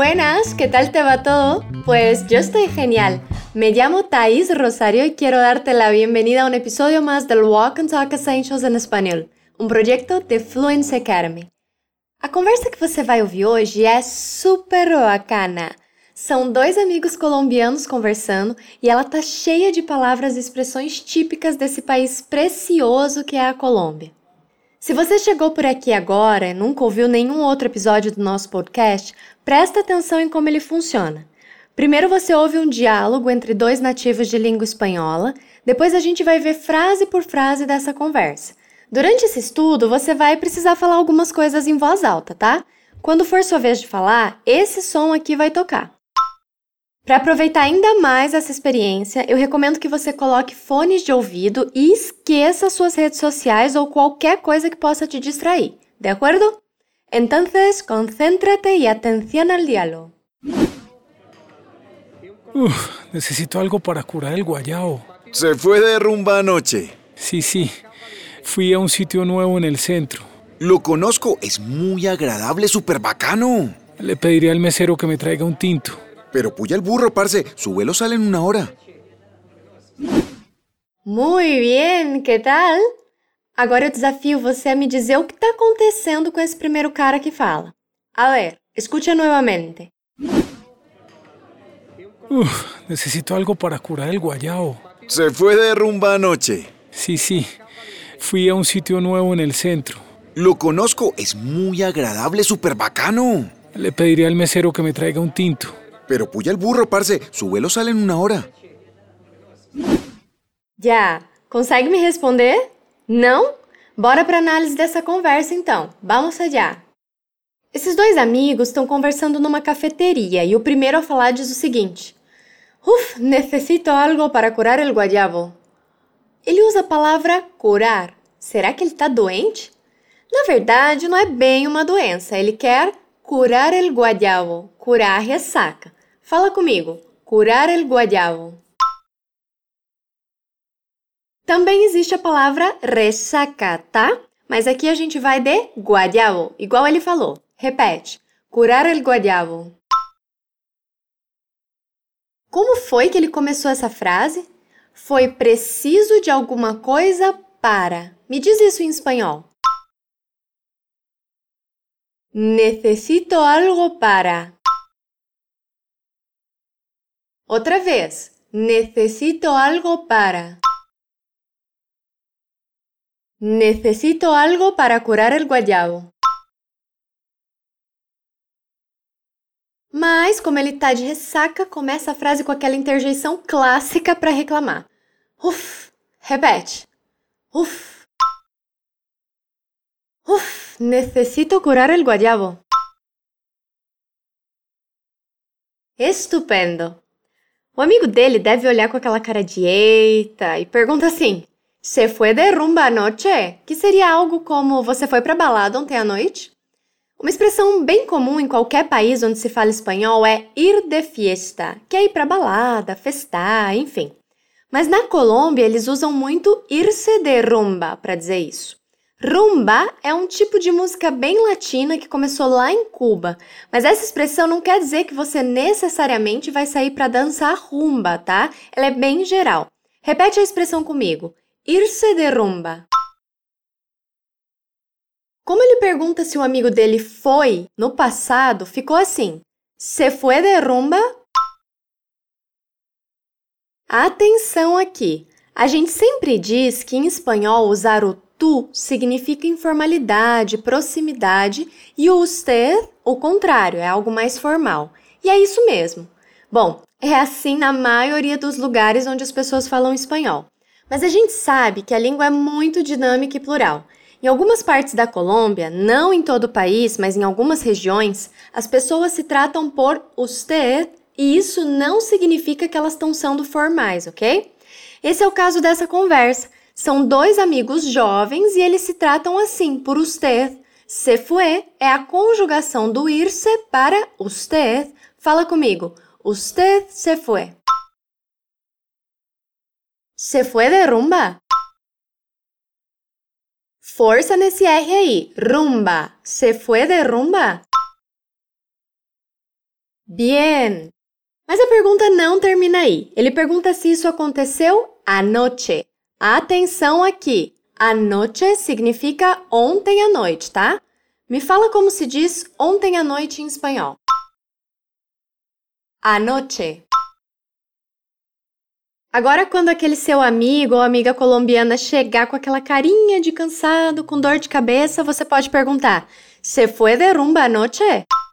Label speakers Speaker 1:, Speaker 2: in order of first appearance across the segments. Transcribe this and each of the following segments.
Speaker 1: Buenas, ¿qué tal te va todo? Pues yo estoy genial. Me llamo Thaís Rosario y quiero darte la bienvenida a un episodio más del Walk and Talk Essentials em Espanhol, um projeto de Fluency Academy. A conversa que você vai ouvir hoje é super bacana. São dois amigos colombianos conversando e ela tá cheia de palavras e expressões típicas desse país precioso que é a Colômbia. Se você chegou por aqui agora e nunca ouviu nenhum outro episódio do nosso podcast, presta atenção em como ele funciona. Primeiro você ouve um diálogo entre dois nativos de língua espanhola, depois a gente vai ver frase por frase dessa conversa. Durante esse estudo, você vai precisar falar algumas coisas em voz alta, tá? Quando for sua vez de falar, esse som aqui vai tocar. Para aproveitar ainda mais essa experiência, eu recomendo que você coloque fones de ouvido e esqueça suas redes sociais ou qualquer coisa que possa te distrair, de acordo? Entonces, concéntrate y atención al diálogo.
Speaker 2: Necesito algo para curar el guayabo.
Speaker 3: ¿Se fue de rumba anoche?
Speaker 2: Sí. Fui a un sitio nuevo en el centro.
Speaker 3: Lo conozco, es muy agradable, súper bacano.
Speaker 2: Le pediré al mesero que me traiga un tinto.
Speaker 3: Pero puya el burro, parce, su vuelo sale en 1 hora.
Speaker 1: Muy bien, que tal? Agora eu desafio você a me dizer o que está acontecendo com esse primeiro cara que fala. A ver, escucha nuevamente.
Speaker 2: Necesito algo para curar el guayabo.
Speaker 3: ¿Se fue de rumba anoche?
Speaker 2: Sí. Fui a un sitio nuevo en el centro.
Speaker 3: Lo conozco, es muy agradable, súper bacano.
Speaker 2: Le pediré al mesero que me traiga un tinto.
Speaker 3: Pero puya el burro, parce, su vuelo sale en 1 hora.
Speaker 1: Já, consegue me responder? Não? Bora para análise dessa conversa então. Vamos allá. Esses dois amigos estão conversando numa cafeteria e o primeiro a falar diz o seguinte: necesito algo para curar el guayabo. Ele usa a palavra curar. Será que ele está doente? Na verdade, não é bem uma doença. Ele quer curar el guayabo, curar a ressaca. Fala comigo, curar el guayabo. Também existe a palavra ressaca, tá? Mas aqui a gente vai de guayabo, igual ele falou. Repete, curar el guayabo. Como foi que ele começou essa frase? Foi preciso de alguma coisa para. Me diz isso em espanhol. Necesito algo para. Outra vez. Necesito algo para. Necesito algo para curar el guayabo. Mas, como ele tá de ressaca, começa a frase com aquela interjeição clássica para reclamar. Repete. Necesito curar el guayabo. Estupendo. O amigo dele deve olhar com aquela cara de eita e pergunta assim: ¿Se fue de rumba anoche? Que seria algo como você foi pra balada ontem à noite? Uma expressão bem comum em qualquer país onde se fala espanhol é ir de fiesta, que é ir pra balada, festar, enfim. Mas na Colômbia eles usam muito irse de rumba para dizer isso. Rumba é um tipo de música bem latina que começou lá em Cuba, mas essa expressão não quer dizer que você necessariamente vai sair para dançar rumba, tá? Ela é bem geral. Repete a expressão comigo. Irse de rumba. Como ele pergunta se o amigo dele foi no passado, ficou assim. ¿Se fue de rumba? Atenção aqui. A gente sempre diz que em espanhol usar o tu significa informalidade, proximidade e o usted, o contrário, é algo mais formal. E é isso mesmo. Bom, é assim na maioria dos lugares onde as pessoas falam espanhol. Mas a gente sabe que a língua é muito dinâmica e plural. Em algumas partes da Colômbia, não em todo o país, mas em algumas regiões, as pessoas se tratam por usted e isso não significa que elas estão sendo formais, ok? Esse é o caso dessa conversa. São dois amigos jovens e eles se tratam assim, por usted. Se fue é a conjugação do irse para usted. Fala comigo. Usted se fue. Se fue de rumba? Força nesse R aí. Rumba. Se fue de rumba? Bien! Mas a pergunta não termina aí. Ele pergunta se isso aconteceu anoche. Atenção aqui! Anoche significa ontem à noite, tá? Me fala como se diz ontem à noite em espanhol. Anoche. Agora, quando aquele seu amigo ou amiga colombiana chegar com aquela carinha de cansado, com dor de cabeça, você pode perguntar: ¿Se fue de rumba anoche?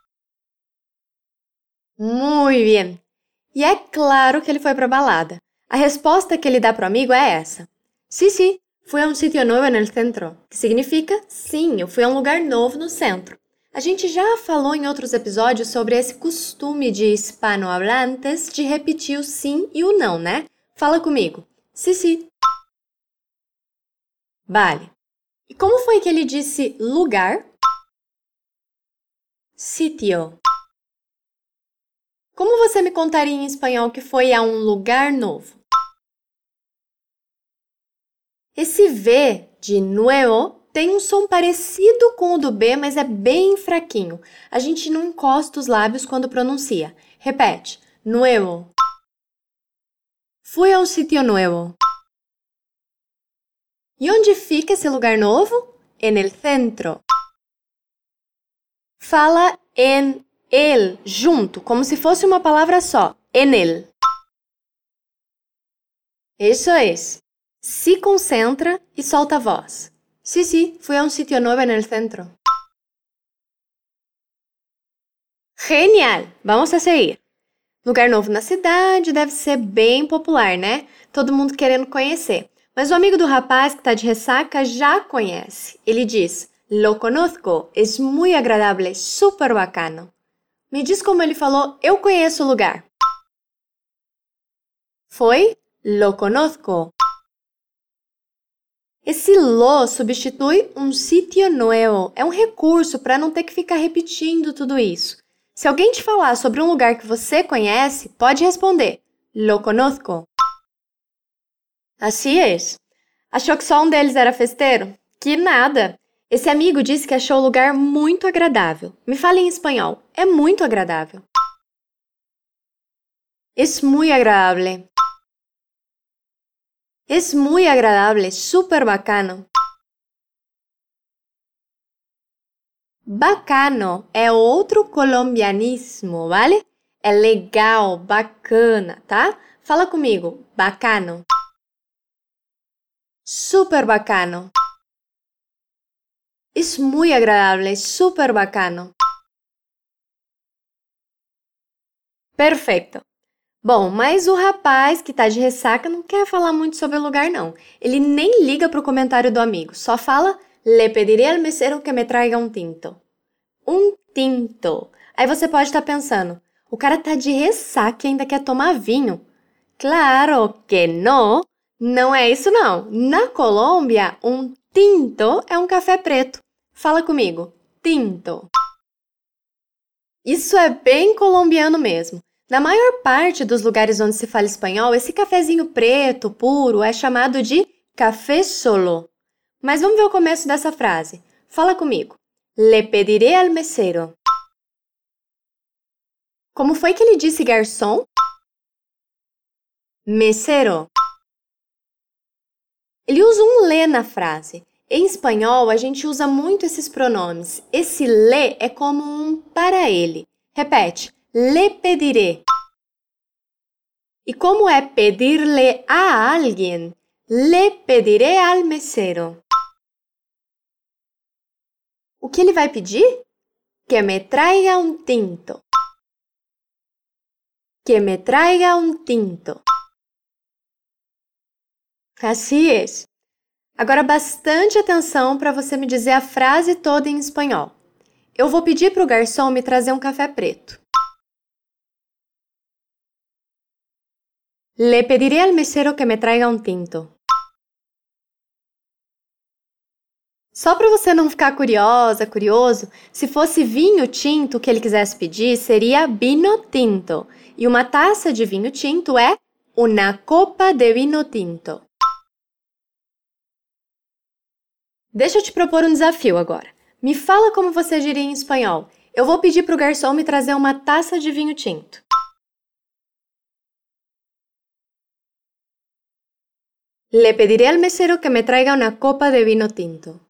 Speaker 1: Muy bien! E é claro que ele foi para balada. A resposta que ele dá pro amigo é essa: Sí, fui a um sitio nuevo en el centro. Que significa, sim, eu fui a um lugar novo no centro. A gente já falou em outros episódios sobre esse costume de hispanohablantes de repetir o sim e o não, né? Fala comigo. Sí. Vale. E como foi que ele disse lugar? Sitio. Como você me contaria em espanhol que foi a um lugar novo? Esse V de nuevo tem um som parecido com o do B, mas é bem fraquinho. A gente não encosta os lábios quando pronuncia. Repete. Nuevo. Fui a um sitio nuevo. E onde fica esse lugar novo? En el centro. Fala en el junto, como se fosse uma palavra só. En el. Isso é. Se concentra e solta a voz. Sí, fui a un sitio nuevo en el centro. Genial! Vamos a seguir. Lugar novo na cidade deve ser bem popular, né? Todo mundo querendo conhecer. Mas o amigo do rapaz que está de ressaca já conhece. Ele diz: Lo conozco, es muy agradable, super bacano. Me diz como ele falou: eu conheço o lugar. Foi lo conozco. Esse lo substitui um sitio nuevo. É um recurso para não ter que ficar repetindo tudo isso. Se alguém te falar sobre um lugar que você conhece, pode responder: Lo conozco. Assim é. Achou que só um deles era festeiro? Que nada! Esse amigo disse que achou o lugar muito agradável. Me fale em espanhol. É muito agradável. Es muy agradable. Es muy agradable, super bacano. Bacano é outro colombianismo, vale? É legal, bacana, tá? Fala comigo. Bacano. Super bacano. Es muy agradable, super bacano. Perfeito. Bom, mas o rapaz que tá de ressaca não quer falar muito sobre o lugar, não. Ele nem liga pro comentário do amigo, só fala: Le pediré al mesero que me traiga um tinto. Um tinto. Aí você pode estar pensando: o cara tá de ressaca e ainda quer tomar vinho. Claro que não! Não é isso não. Na Colômbia, um tinto é um café preto. Fala comigo. Tinto. Isso é bem colombiano mesmo. Na maior parte dos lugares onde se fala espanhol, esse cafezinho preto, puro, é chamado de café solo. Mas vamos ver o começo dessa frase. Fala comigo. Le pediré al mesero. Como foi que ele disse garçom? Mesero. Ele usa um le na frase. Em espanhol, a gente usa muito esses pronomes. Esse le é como um para ele. Repete. Le pediré. E como é pedirle a alguém? Le pediré al mesero. O que ele vai pedir? Que me traiga um tinto. Que me traiga um tinto. Assim é. Agora bastante atenção para você me dizer a frase toda em espanhol. Eu vou pedir para o garçom me trazer um café preto. Le pediré al mesero que me traiga um tinto. Só para você não ficar curioso, se fosse vinho tinto que ele quisesse pedir, seria vino tinto. E uma taça de vinho tinto é una copa de vino tinto. Deixa eu te propor um desafio agora. Me fala como você diria em espanhol. Eu vou pedir pro garçom me trazer uma taça de vinho tinto. Le pediré al mesero que me traiga una copa de vino tinto.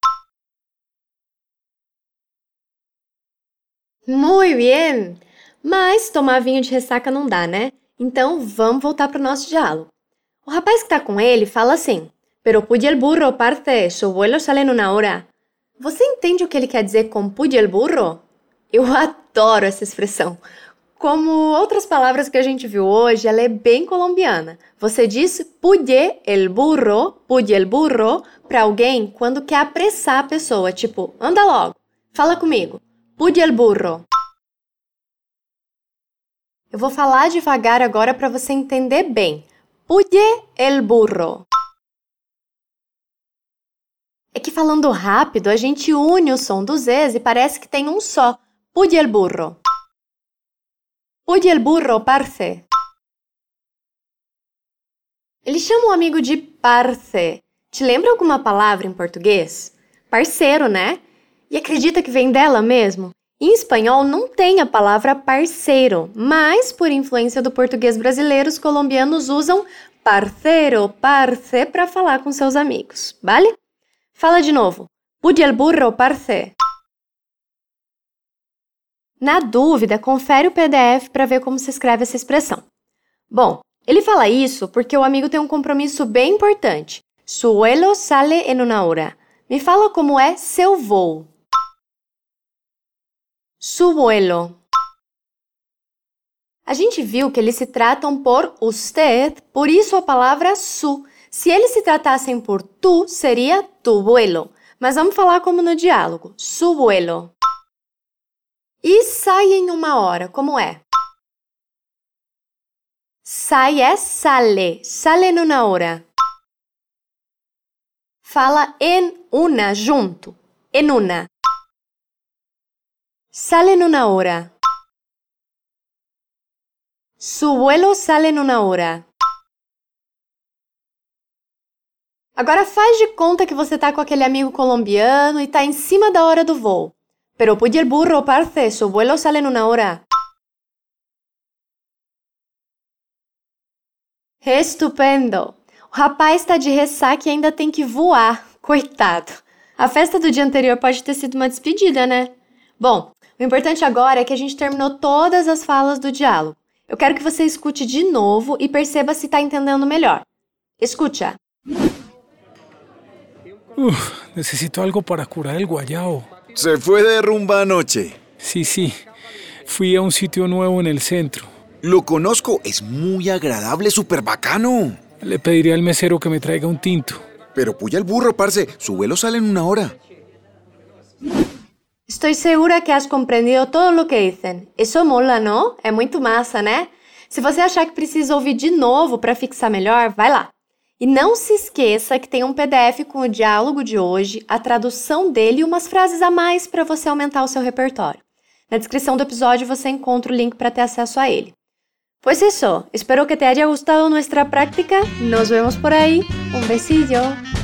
Speaker 1: Muy bien! Mas tomar vinho de ressaca não dá, né? Então vamos voltar pro nosso diálogo. O rapaz que tá com ele fala assim: Pero puye el burro, parce, su vuelo sale en una hora. Você entende o que ele quer dizer com puye el burro? Eu adoro essa expressão. Como outras palavras que a gente viu hoje, ela é bem colombiana. Você diz puye el burro para alguém quando quer apressar a pessoa, tipo, anda logo, fala comigo, puye el burro. Eu vou falar devagar agora para você entender bem. Puye el burro. É que falando rápido, a gente une o som dos Zs e parece que tem um só. Puye el burro. Puye el burro, parce. Ele chama o amigo de parce. Te lembra alguma palavra em português? Parceiro, né? E acredita que vem dela mesmo? Em espanhol não tem a palavra parceiro, mas por influência do português brasileiro, os colombianos usam parceiro, parce para falar com seus amigos, vale? Fala de novo. Puye el burro, parce. Na dúvida, confere o PDF para ver como se escreve essa expressão. Bom, ele fala isso porque o amigo tem um compromisso bem importante. Su vuelo sale en una hora. Me fala como é seu voo. Su vuelo. A gente viu que eles se tratam por usted, por isso a palavra su. Se eles se tratassem por tu, seria tu vuelo. Mas vamos falar como no diálogo. Su vuelo. E sai em uma hora, como é? Sai é sale, sale en una hora. Fala en una, junto, en una. Sale en una hora. Su vuelo sale en una hora. Agora faz de conta que você tá com aquele amigo colombiano e tá em cima da hora do voo. Pero puye el burro, parce, su vuelo sale en una hora. Estupendo! O rapaz está de ressaca e ainda tem que voar. Coitado! A festa do dia anterior pode ter sido uma despedida, né? Bom, o importante agora é que a gente terminou todas as falas do diálogo. Eu quero que você escute de novo e perceba se está entendendo melhor. Escucha.
Speaker 2: Necesito algo para curar el guayao.
Speaker 3: Se fue de rumba anoche.
Speaker 2: Sí. Fui a un sitio nuevo en el centro.
Speaker 3: Lo conozco, es muy agradable, súper bacano.
Speaker 2: Le pediré al mesero que me traiga un tinto.
Speaker 3: Pero puya el burro, parce, su vuelo sale en una hora.
Speaker 1: Estoy segura que has compreendido todo lo que dicen. Isso mola, não? É muito massa, né? Se você achar que precisa ouvir de novo para fixar melhor, vai lá. E não se esqueça que tem um PDF com o diálogo de hoje, a tradução dele e umas frases a mais para você aumentar o seu repertório. Na descrição do episódio você encontra o link para ter acesso a ele. Pues eso, espero que te haya gustado nuestra práctica. Nos vemos por ahí. Un besillo.